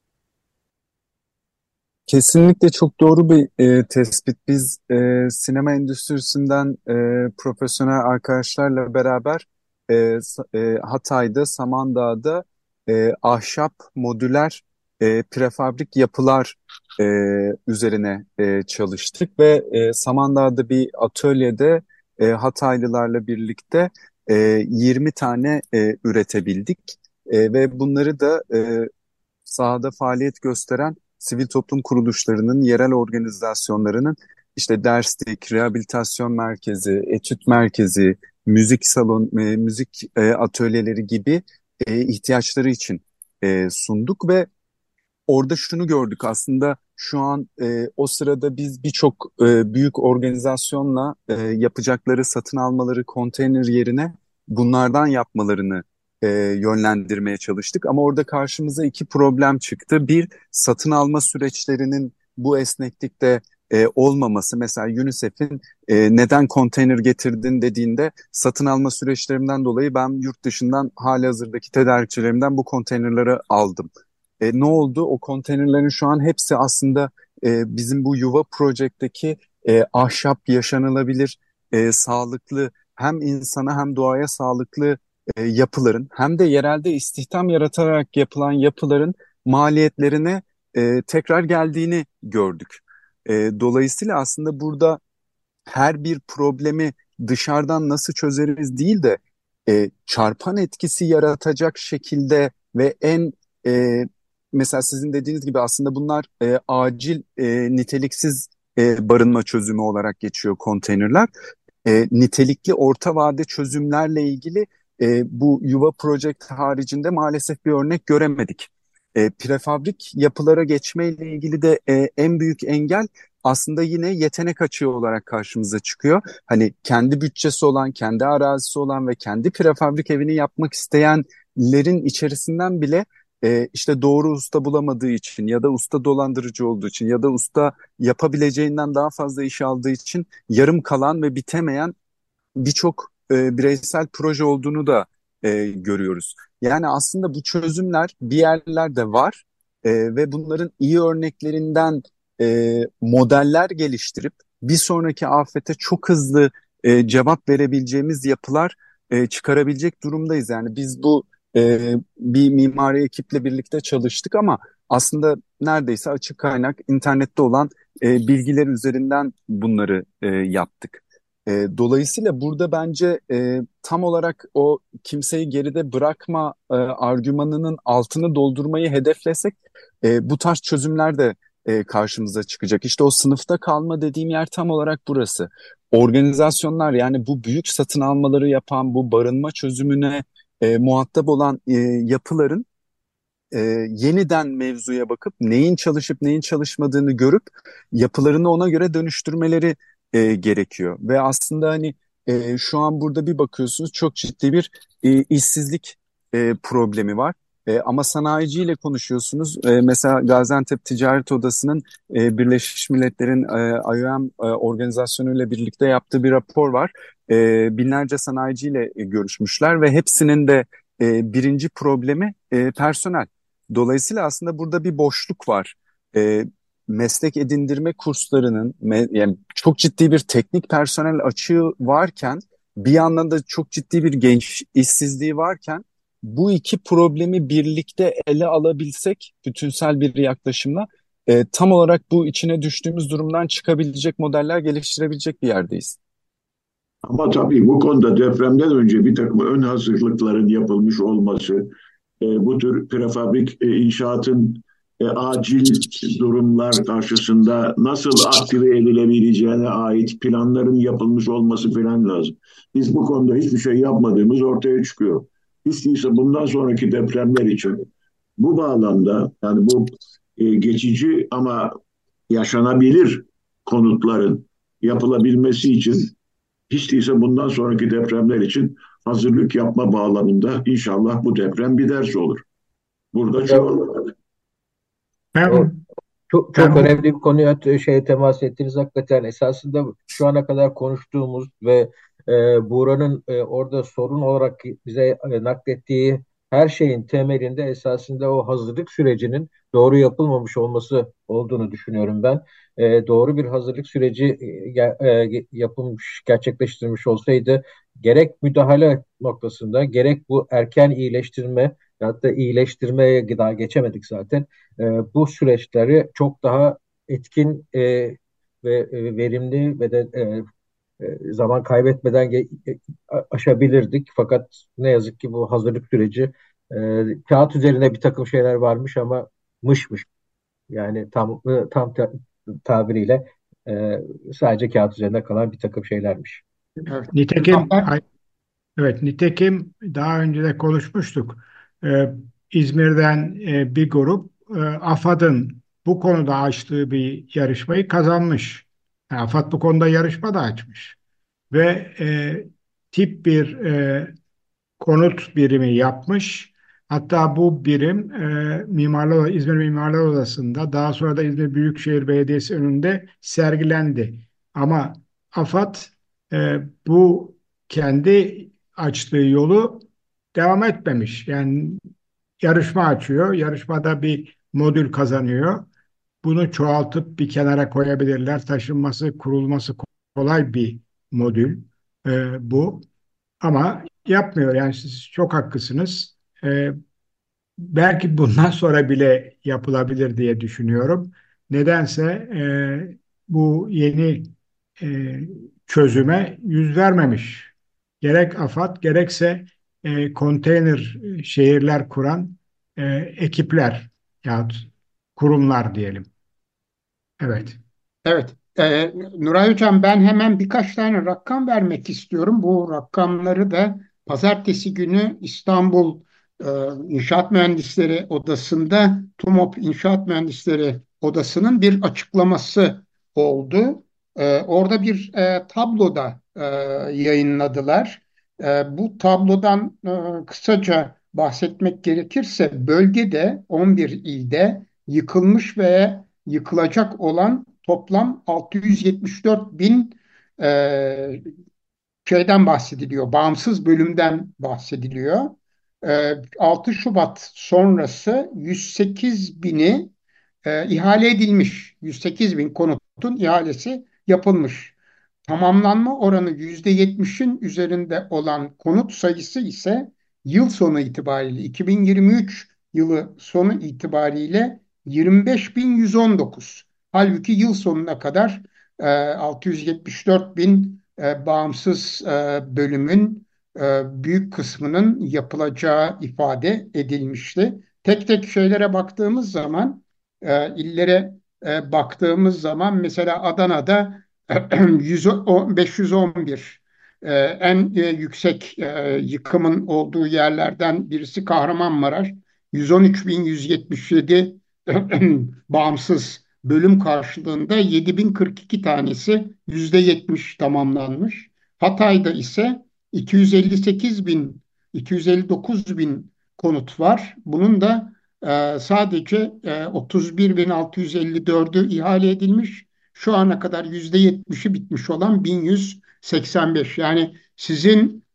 Kesinlikle çok doğru bir e, tespit. Biz e, sinema endüstrisinden e, profesyonel arkadaşlarla beraber e, e, Hatay'da, Samandağ'da e, ahşap modüler e, prefabrik yapılar e, üzerine e, çalıştık ve e, Samandağ'da bir atölyede e, Hataylılarla birlikte e, yirmi tane e, üretebildik. E, ve bunları da e, sahada faaliyet gösteren sivil toplum kuruluşlarının, yerel organizasyonlarının işte derslik, rehabilitasyon merkezi, etüt merkezi, müzik salon, e, müzik e, atölyeleri gibi e, ihtiyaçları için e, sunduk ve orada şunu gördük aslında şu an e, o sırada biz birçok e, büyük organizasyonla e, yapacakları satın almaları konteyner yerine bunlardan yapmalarını e, yönlendirmeye çalıştık. Ama orada karşımıza iki problem çıktı. Bir, satın alma süreçlerinin bu esneklikte e, olmaması. Mesela UNICEF'in e, neden konteyner getirdin dediğinde satın alma süreçlerimden dolayı ben yurt dışından halihazırdaki tedarikçilerimden bu konteynerleri aldım. E, ne oldu? O konteynerlerin şu an hepsi aslında e, bizim bu Yuva Project'teki e, ahşap, yaşanılabilir, e, sağlıklı, hem insana hem doğaya sağlıklı e, yapıların hem de yerelde istihdam yaratarak yapılan yapıların maliyetlerine e, tekrar geldiğini gördük. E, dolayısıyla aslında burada her bir problemi dışarıdan nasıl çözeriz değil de e, çarpan etkisi yaratacak şekilde ve en e, mesela sizin dediğiniz gibi aslında bunlar e, acil e, niteliksiz e, barınma çözümü olarak geçiyor konteynerler. E, nitelikli orta vade çözümlerle ilgili e, bu Yuva Project haricinde maalesef bir örnek göremedik. E, prefabrik yapılara geçmeyle ilgili de e, en büyük engel aslında yine yetenek açığı olarak karşımıza çıkıyor. Hani kendi bütçesi olan, kendi arazisi olan ve kendi prefabrik evini yapmak isteyenlerin içerisinden bile e, işte doğru usta bulamadığı için ya da usta dolandırıcı olduğu için ya da usta yapabileceğinden daha fazla iş aldığı için yarım kalan ve bitemeyen birçok e, bireysel proje olduğunu da e, görüyoruz. Yani aslında bu çözümler bir yerlerde var e, ve bunların iyi örneklerinden e, modeller geliştirip bir sonraki afete çok hızlı e, cevap verebileceğimiz yapılar e, çıkarabilecek durumdayız. Yani biz bu e, bir mimari ekiple birlikte çalıştık ama aslında neredeyse açık kaynak internette olan e, bilgiler üzerinden bunları e, yaptık. E, dolayısıyla burada bence e, tam olarak o kimseyi geride bırakma e, argümanının altını doldurmayı hedeflesek e, bu tarz çözümler de e, karşımıza çıkacak. İşte o sınıfta kalma dediğim yer tam olarak burası. Organizasyonlar yani bu büyük satın almaları yapan bu barınma çözümüne e, muhatap olan e, yapıların e, yeniden mevzuya bakıp neyin çalışıp neyin çalışmadığını görüp yapılarını ona göre dönüştürmeleri e, gerekiyor. Ve aslında hani e, şu an burada bir bakıyorsunuz çok ciddi bir e, işsizlik e, problemi var. E, ama sanayiciyle konuşuyorsunuz. E, mesela Gaziantep Ticaret Odası'nın e, Birleşmiş Milletler'in e, I O M e, organizasyonuyla birlikte yaptığı bir rapor var. E, binlerce sanayiciyle e, görüşmüşler ve hepsinin de e, birinci problemi e, personel. Dolayısıyla aslında burada bir boşluk var. E, meslek edindirme kurslarının me- yani çok ciddi bir teknik personel açığı varken bir yandan da çok ciddi bir genç işsizliği varken bu iki problemi birlikte ele alabilsek bütünsel bir yaklaşımla e, tam olarak bu içine düştüğümüz durumdan çıkabilecek modeller geliştirebilecek bir yerdeyiz. Ama tabii bu konuda depremden önce bir takım ön hazırlıkların yapılmış olması, e, bu tür prefabrik e, inşaatın e, acil durumlar karşısında nasıl aktive edilebileceğine ait planların yapılmış olması falan lazım. Biz bu konuda hiçbir şey yapmadığımız ortaya çıkıyor. Hiç değilse bundan sonraki depremler için bu bağlamda yani bu e, geçici ama yaşanabilir konutların yapılabilmesi için hiç değilse bundan sonraki depremler için hazırlık yapma bağlamında inşallah bu deprem bir ders olur. Burada Hocam, çoğunlukla. evet, Ben, çok çok ben önemli bir konuya t- şeye temas ettiniz hakikaten. Esasında şu ana kadar konuştuğumuz ve e, Buğra'nın e, orada sorun olarak bize e, naklettiği her şeyin temelinde esasında o hazırlık sürecinin doğru yapılmamış olması olduğunu düşünüyorum ben. E, doğru bir hazırlık süreci e, ge- e, yapılmış, gerçekleştirilmiş olsaydı gerek müdahale noktasında gerek bu erken iyileştirme, hatta iyileştirmeye daha geçemedik zaten, e, bu süreçleri çok daha etkin e, ve e, verimli ve de e, e, zaman kaybetmeden ge- e, aşabilirdik. Fakat ne yazık ki bu hazırlık süreci e, kağıt üzerine bir takım şeyler varmış ama mışmış. Yani tam e, tam ta- tabiriyle e, sadece kağıt üzerinde kalan bir takım şeylermiş. Evet. nitekim Muzaffer, evet nitekim daha önce de konuşmuştuk. Ee, İzmir'den e, bir grup e, AFAD'ın bu konuda açtığı bir yarışmayı kazanmış. Yani AFAD bu konuda yarışma da açmış ve e, tip bir e, konut birimi yapmış. Hatta bu birim e, Mimarlar Odası- İzmir Mimarlar Odası'nda daha sonra da İzmir Büyükşehir Belediyesi önünde sergilendi. Ama AFAD e, bu kendi açtığı yolu devam etmemiş. Yani yarışma açıyor. Yarışmada bir modül kazanıyor. Bunu çoğaltıp bir kenara koyabilirler. Taşınması, kurulması kolay bir modül e, bu. Ama yapmıyor. Yani siz çok haklısınız. Ee, belki bundan sonra bile yapılabilir diye düşünüyorum. Nedense e, bu yeni e, çözüme yüz vermemiş. Gerek AFAD gerekse e, konteyner şehirler kuran e, ekipler yahut kurumlar diyelim. Evet. evet. Ee, Nuray Hocam, ben hemen birkaç tane rakam vermek istiyorum. Bu rakamları da pazartesi günü İstanbul e, İnşaat Mühendisleri Odası'nda TUMOP İnşaat Mühendisleri Odası'nın bir açıklaması oldu. Ee, orada bir e, tabloda e, yayınladılar. E, bu tablodan e, kısaca bahsetmek gerekirse bölgede on bir ilde yıkılmış ve yıkılacak olan toplam altı yüz yetmiş dört bin e, şeyden bahsediliyor, bağımsız bölümden bahsediliyor. Ee, altı Şubat sonrası yüz sekiz bini e, ihale edilmiş. yüz sekiz bin konutun ihalesi yapılmış. Tamamlanma oranı yüzde yetmişin üzerinde olan konut sayısı ise yıl sonu itibariyle iki bin yirmi üç yılı sonu itibariyle yirmi beş bin yüz on dokuz. Halbuki yıl sonuna kadar e, altı yüz yetmiş dört bin e, bağımsız e, bölümün e, büyük kısmının yapılacağı ifade edilmişti. Tek tek şeylere baktığımız zaman, e, illere e, baktığımız zaman mesela Adana'da yüz on, beş yüz on bir e, en e, yüksek e, yıkımın olduğu yerlerden birisi Kahramanmaraş. yüz on üç bin yüz yetmiş yedi bağımsız bölüm karşılığında yedi bin kırk iki tanesi yüzde yetmiş tamamlanmış. Hatay'da ise iki yüz elli sekiz bin iki yüz elli dokuz bin konut var. Bunun da e, sadece e, otuz bir bin altı yüz elli dördü ihale edilmiş. Şu ana kadar yüzde yetmişi bitmiş olan bin yüz seksen beş. Yani sizin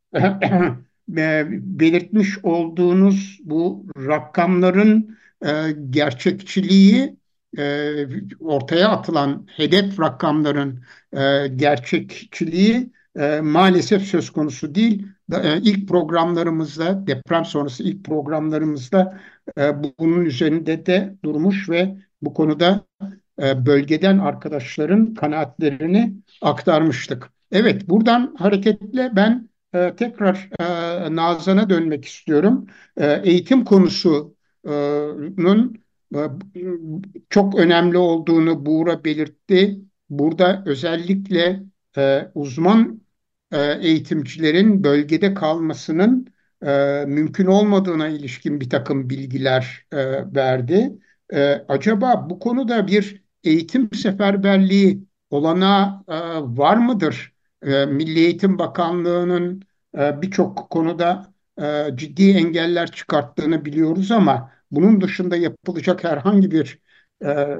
e, belirtmiş olduğunuz bu rakamların e, gerçekçiliği, e, ortaya atılan hedef rakamların e, gerçekçiliği e, maalesef söz konusu değil. Da- e, İlk programlarımızda, deprem sonrası ilk programlarımızda e, bunun üzerinde de durmuş ve bu konuda e, bölgeden arkadaşların kanaatlerini aktarmıştık. Evet, buradan hareketle ben e, tekrar e, Nazan'a dönmek istiyorum. E, eğitim konusunun e, çok önemli olduğunu Buğra belirtti. Burada özellikle e, uzman e, eğitimcilerin bölgede kalmasının e, mümkün olmadığına ilişkin bir takım bilgiler e, verdi. E, acaba bu konuda bir eğitim seferberliği olanağı e, var mıdır? E, Milli Eğitim Bakanlığı'nın e, birçok konuda e, ciddi engeller çıkarttığını biliyoruz ama bunun dışında yapılacak herhangi bir e,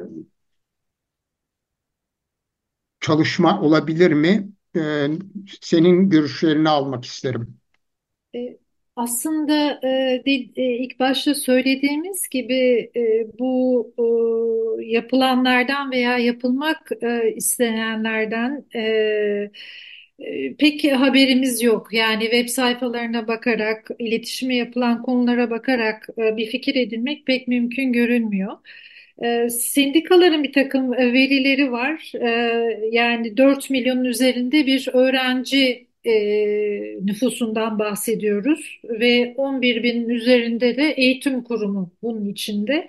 çalışma olabilir mi? E, senin görüşlerini almak isterim. E, Aslında e, de- e, ilk başta söylediğimiz gibi e, bu e, yapılanlardan veya yapılmak e, istenenlerden e, e, pek haberimiz yok. Yani web sayfalarına bakarak, iletişime yapılan konulara bakarak e, bir fikir edinmek pek mümkün görünmüyor. E, sendikaların bir takım e, verileri var. E, yani dört milyonun üzerinde bir öğrenci e, nüfusundan bahsediyoruz ve on bir binin üzerinde de eğitim kurumu bunun içinde.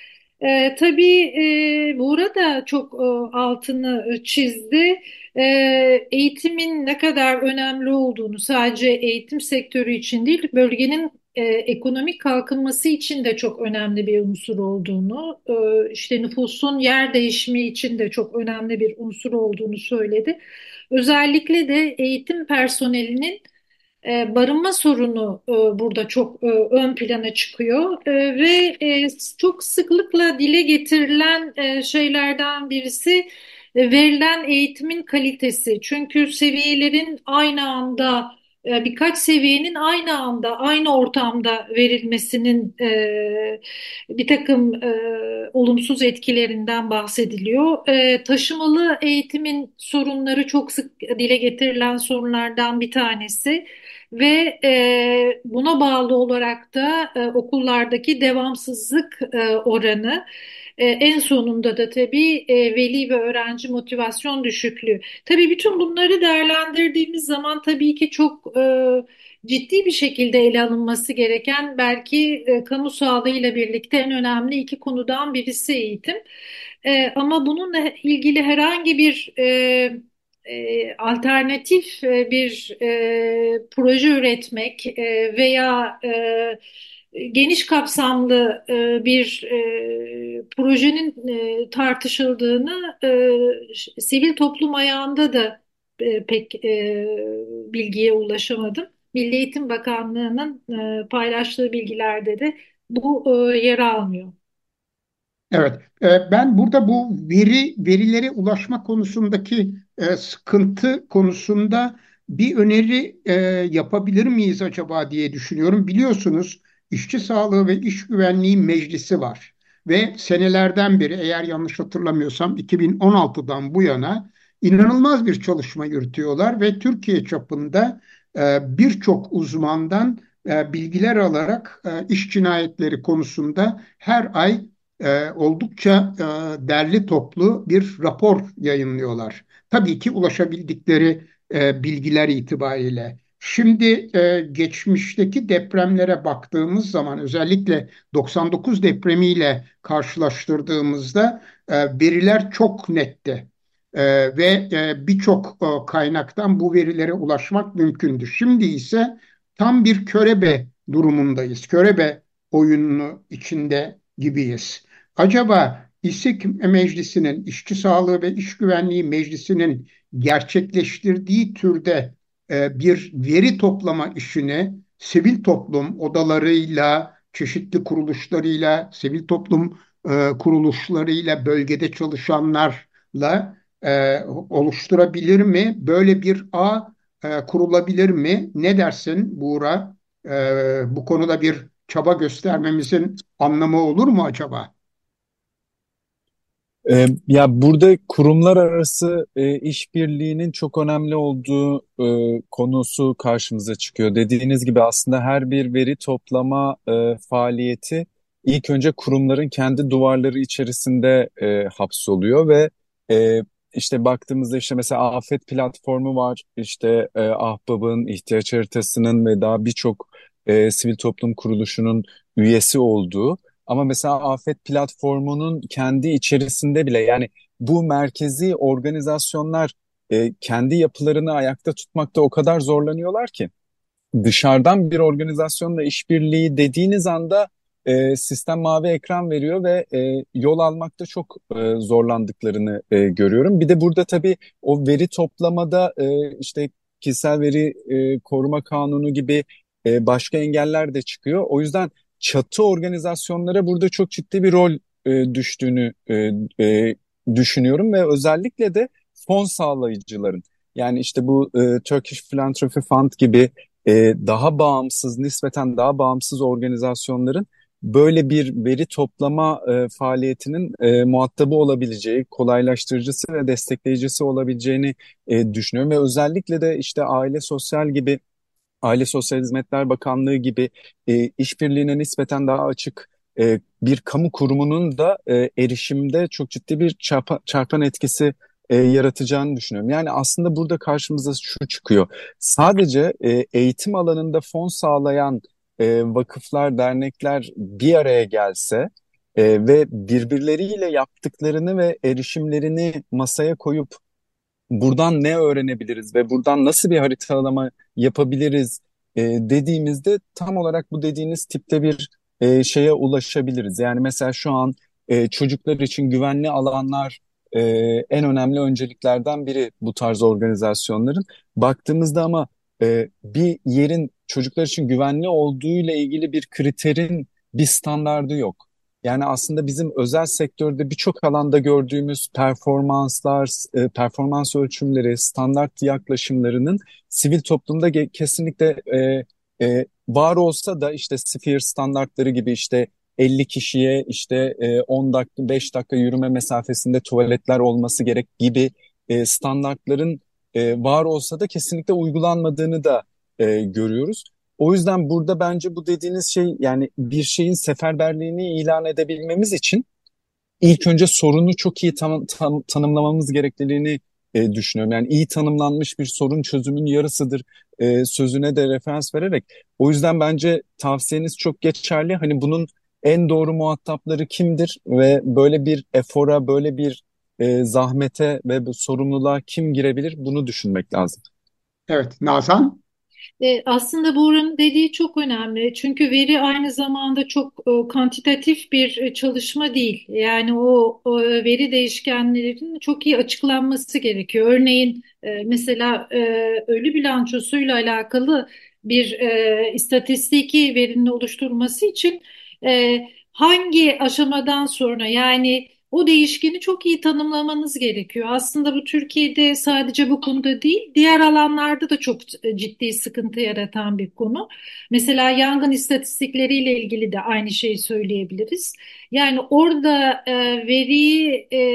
E, tabii e, burada çok e, altını çizdi. E, Eğitimin ne kadar önemli olduğunu sadece eğitim sektörü için değil, bölgenin e, ekonomik kalkınması için de çok önemli bir unsur olduğunu, e, işte nüfusun yer değişimi için de çok önemli bir unsur olduğunu söyledi. Özellikle de eğitim personelinin e, barınma sorunu e, burada çok e, ön plana çıkıyor. E, ve e, çok sıklıkla dile getirilen e, şeylerden birisi e, verilen eğitimin kalitesi. Çünkü seviyelerin aynı anda e, birkaç seviyenin aynı anda aynı ortamda verilmesinin e, bir takım e, olumsuz etkilerinden bahsediliyor. E, taşımalı eğitimin sorunları çok sık dile getirilen sorunlardan bir tanesi. Ve e, buna bağlı olarak da e, okullardaki devamsızlık e, oranı, e, en sonunda da tabii e, veli ve öğrenci motivasyon düşüklüğü. Tabii bütün bunları değerlendirdiğimiz zaman tabii ki çok e, ciddi bir şekilde ele alınması gereken, belki e, kamu sağlığıyla birlikte en önemli iki konudan birisi eğitim. E, ama bununla ilgili herhangi bir e, e, alternatif e, bir e, proje üretmek e, veya e, geniş kapsamlı e, bir e, projenin e, tartışıldığını e, sivil toplum ayağında da e, pek e, bilgiye ulaşamadım. Milli Eğitim Bakanlığı'nın e, paylaştığı bilgilerde de bu e, yer almıyor. Evet, e, ben burada bu veri verilere ulaşma konusundaki e, sıkıntı konusunda bir öneri e, yapabilir miyiz acaba diye düşünüyorum. Biliyorsunuz İşçi Sağlığı ve İş Güvenliği Meclisi var ve senelerden beri, eğer yanlış hatırlamıyorsam iki bin on altıdan bu yana inanılmaz bir çalışma yürütüyorlar ve Türkiye çapında e, birçok uzmandan e, bilgiler alarak e, iş cinayetleri konusunda her ay e, oldukça e, derli toplu bir rapor yayınlıyorlar. Tabii ki ulaşabildikleri e, bilgiler itibariyle. Şimdi e, geçmişteki depremlere baktığımız zaman, özellikle doksan dokuz depremiyle karşılaştırdığımızda e, veriler çok netti. E, ve e, birçok e, kaynaktan bu verilere ulaşmak mümkündü. Şimdi ise tam bir körebe durumundayız. Körebe oyununu içinde gibiyiz. Acaba İSİK Meclisi'nin, İşçi Sağlığı ve İş Güvenliği Meclisi'nin gerçekleştirdiği türde e, bir veri toplama işini sivil toplum odalarıyla, çeşitli kuruluşlarıyla, sivil toplum e, kuruluşlarıyla, bölgede çalışanlarla e, oluşturabilir mi? Böyle bir ağ e, kurulabilir mi? Ne dersin Buğra? E, bu konuda bir çaba göstermemizin anlamı olur mu acaba? Ee, ya burada kurumlar arası e, işbirliğinin çok önemli olduğu e, konusu karşımıza çıkıyor. Dediğiniz gibi aslında her bir veri toplama e, faaliyeti ilk önce kurumların kendi duvarları içerisinde e, hapsoluyor ve e, işte baktığımızda işte mesela Afet platformu var, işte e, Ahbap'ın, ihtiyaç haritasının ve daha birçok e, sivil toplum kuruluşunun üyesi olduğu. Ama mesela Afet platformunun kendi içerisinde bile yani bu merkezi organizasyonlar e, kendi yapılarını ayakta tutmakta o kadar zorlanıyorlar ki dışarıdan bir organizasyonla işbirliği dediğiniz anda e, sistem mavi ekran veriyor ve e, yol almakta çok e, zorlandıklarını e, görüyorum. Bir de burada tabii o veri toplamada e, işte kişisel veri e, koruma kanunu gibi e, başka engeller de çıkıyor. O yüzden çatı organizasyonlara burada çok ciddi bir rol e, düştüğünü e, e, düşünüyorum ve özellikle de fon sağlayıcıların yani işte bu e, Turkish Philanthropy Fund gibi e, daha bağımsız, nispeten daha bağımsız organizasyonların böyle bir veri toplama e, faaliyetinin e, muhatabı olabileceği, kolaylaştırıcısı ve destekleyicisi olabileceğini e, düşünüyorum. Ve özellikle de işte Aile Sosyal gibi, Aile Sosyal Hizmetler Bakanlığı gibi e, işbirliğine nispeten daha açık e, bir kamu kurumunun da e, erişimde çok ciddi bir çarpa- çarpan etkisi e, yaratacağını düşünüyorum. Yani aslında burada karşımıza şu çıkıyor. Sadece e, eğitim alanında fon sağlayan e, vakıflar, dernekler bir araya gelse e, ve birbirleriyle yaptıklarını ve erişimlerini masaya koyup buradan ne öğrenebiliriz ve buradan nasıl bir haritalama yapabiliriz e, dediğimizde tam olarak bu dediğiniz tipte bir e, şeye ulaşabiliriz. Yani mesela şu an e, çocuklar için güvenli alanlar e, en önemli önceliklerden biri bu tarz organizasyonların. Baktığımızda ama e, bir yerin çocuklar için güvenli olduğu ile ilgili bir kriterin bir standardı yok. Yani aslında bizim özel sektörde birçok alanda gördüğümüz performanslar, e, performans ölçümleri, standart yaklaşımlarının sivil toplumda ge- kesinlikle e, e, var olsa da işte Sphere standartları gibi işte elli kişiye işte e, on dakika beş dakika yürüme mesafesinde tuvaletler olması gerek gibi e, standartların e, var olsa da kesinlikle uygulanmadığını da e, görüyoruz. O yüzden burada bence bu dediğiniz şey yani bir şeyin seferberliğini ilan edebilmemiz için ilk önce sorunu çok iyi tam, tam- tanımlamamız gerektiğini e, düşünüyorum. Yani iyi tanımlanmış bir sorun çözümün yarısıdır e, sözüne de referans vererek. O yüzden bence tavsiyeniz çok geçerli. Hani bunun en doğru muhatapları kimdir ve böyle bir efora, böyle bir e, zahmete ve bu sorumluluğa kim girebilir bunu düşünmek lazım. Evet, Nazan. E, aslında Buğra'nın dediği çok önemli. Çünkü veri aynı zamanda çok e, kantitatif bir e, çalışma değil. Yani o, o veri değişkenlerinin çok iyi açıklanması gerekiyor. Örneğin e, mesela e, ölü bilançosuyla alakalı bir e, istatistiki verinin oluşturulması için e, hangi aşamadan sonra, yani o değişkeni çok iyi tanımlamanız gerekiyor. Aslında bu Türkiye'de sadece bu konuda değil, diğer alanlarda da çok ciddi sıkıntı yaratan bir konu. Mesela yangın istatistikleriyle ilgili de aynı şeyi söyleyebiliriz. Yani orada e, veriyi e,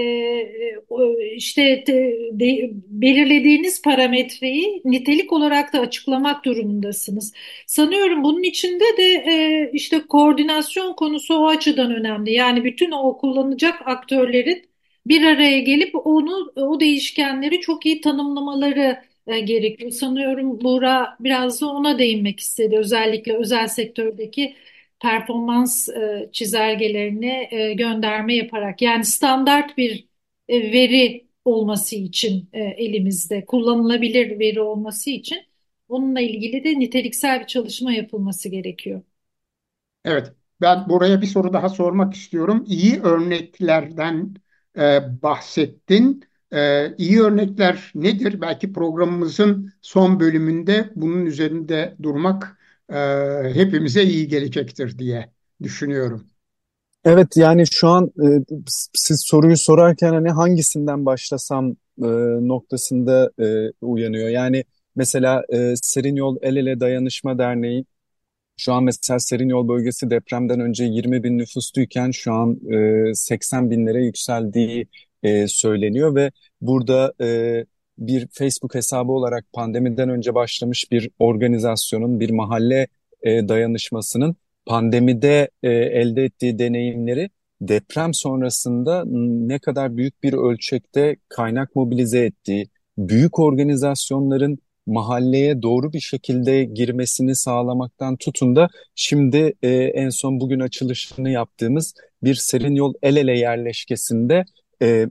işte de, de, belirlediğiniz parametreyi nitelik olarak da açıklamak durumundasınız. Sanıyorum bunun içinde de e, işte koordinasyon konusu o açıdan önemli. Yani bütün o kullanacak aktörlerin bir araya gelip onu, o değişkenleri çok iyi tanımlamaları e, gerekiyor. Sanıyorum Buğra biraz da ona değinmek istedi. Özellikle özel sektördeki performans e, çizelgelerine e, gönderme yaparak. Yani standart bir e, veri olması için e, elimizde, kullanılabilir veri olması için bununla ilgili de niteliksel bir çalışma yapılması gerekiyor. Evet, ben buraya bir soru daha sormak istiyorum. İyi örneklerden e, bahsettin. E, iyi örnekler nedir? Belki programımızın son bölümünde bunun üzerinde durmak e, hepimize iyi gelecektir diye düşünüyorum. Evet, yani şu an e, siz soruyu sorarken hani hangisinden başlasam e, noktasında e, uyanıyor. Yani mesela e, Serin Yol El Ele Dayanışma Derneği şu an mesela Serinyol bölgesi depremden önce yirmi bin nüfusluyken şu an e, seksen binlere yükseldiği e, söyleniyor ve burada e, bir Facebook hesabı olarak pandemiden önce başlamış bir organizasyonun, bir mahalle e, dayanışmasının pandemide e, elde ettiği deneyimleri deprem sonrasında ne kadar büyük bir ölçekte kaynak mobilize ettiği, büyük organizasyonların mahalleye doğru bir şekilde girmesini sağlamaktan tutun da şimdi e, en son bugün açılışını yaptığımız bir Serin Yol El Ele yerleşkesinde e,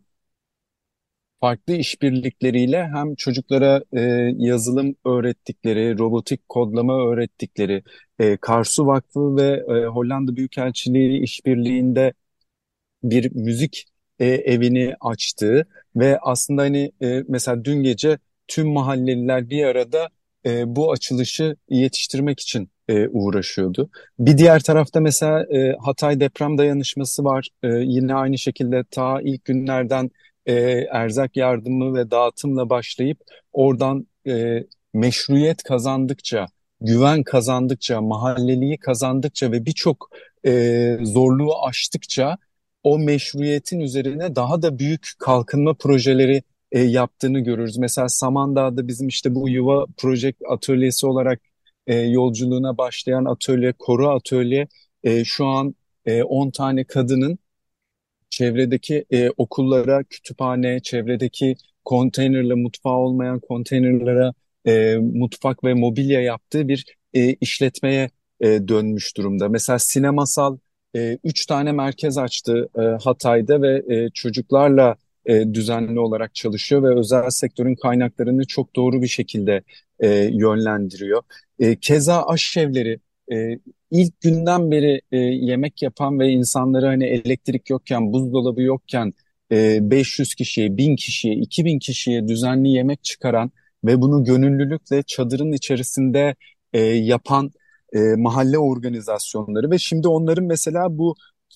farklı işbirlikleriyle hem çocuklara e, yazılım öğrettikleri, robotik kodlama öğrettikleri, e, Karsu Vakfı ve e, Hollanda Büyükelçiliği işbirliğinde bir müzik e, evini açtığı ve aslında hani e, mesela dün gece tüm mahalleliler bir arada e, bu açılışı yetiştirmek için e, uğraşıyordu. Bir diğer tarafta mesela e, Hatay Deprem Dayanışması var. E, yine aynı şekilde ta ilk günlerden e, erzak yardımı ve dağıtımla başlayıp oradan e, meşruiyet kazandıkça, güven kazandıkça, mahalleliği kazandıkça ve birçok e, zorluğu aştıkça o meşruiyetin üzerine daha da büyük kalkınma projeleri e, yaptığını görürüz. Mesela Samandağ'da bizim işte bu Yuva Project Atölyesi olarak e, yolculuğuna başlayan atölye, Koru Atölye e, şu an e, on tane kadının çevredeki e, okullara, kütüphane, çevredeki konteynerle mutfağı olmayan konteynerlara e, mutfak ve mobilya yaptığı bir e, işletmeye e, dönmüş durumda. Mesela Sinemasal e, üç tane merkez açtı e, Hatay'da ve e, çocuklarla e, düzenli olarak çalışıyor ve özel sektörün kaynaklarını çok doğru bir şekilde e, yönlendiriyor. E, keza aşevleri e, ilk günden beri e, yemek yapan ve insanları hani elektrik yokken, buzdolabı yokken e, beş yüz kişiye, bin kişiye, iki bin kişiye düzenli yemek çıkaran ve bunu gönüllülükle çadırın içerisinde e, yapan e, mahalle organizasyonları ve şimdi onların mesela bu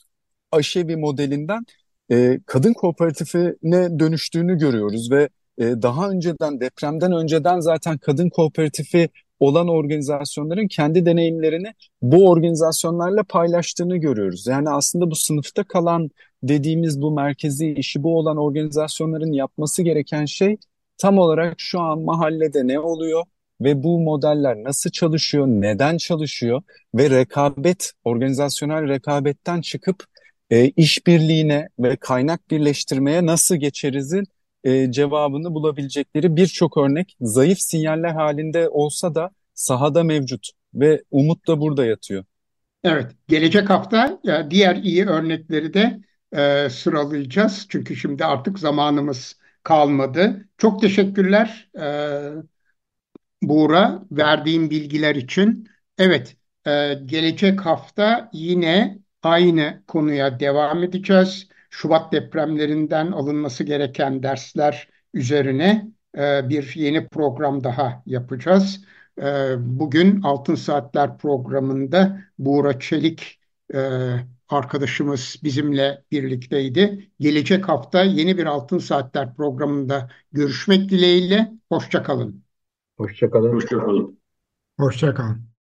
aşevi modelinden e, kadın kooperatifine dönüştüğünü görüyoruz ve e, daha önceden depremden önceden zaten kadın kooperatifi olan organizasyonların kendi deneyimlerini bu organizasyonlarla paylaştığını görüyoruz. Yani aslında bu sınıfta kalan dediğimiz bu merkezi işi bu olan organizasyonların yapması gereken şey tam olarak şu an mahallede ne oluyor ve bu modeller nasıl çalışıyor, neden çalışıyor ve rekabet, organizasyonel rekabetten çıkıp e, işbirliğine ve kaynak birleştirmeye nasıl geçerizin e, cevabını bulabilecekleri birçok örnek zayıf sinyaller halinde olsa da sahada mevcut ve umut da burada yatıyor. Evet, gelecek hafta e, diğer iyi örnekleri de e, sıralayacağız. Çünkü şimdi artık zamanımız kalmadı. Çok teşekkürler. E, Buğra, verdiğim bilgiler için. Evet, e, gelecek hafta yine aynı konuya devam edeceğiz. Şubat depremlerinden alınması gereken dersler üzerine e, bir yeni program daha yapacağız. E, bugün Altın Saatler programında Buğra Çelik e, arkadaşımız bizimle birlikteydi. Gelecek hafta yeni bir Altın Saatler programında görüşmek dileğiyle. Hoşça kalın. Hoşça kalın. Hoşça kalın. Hoşça kalın.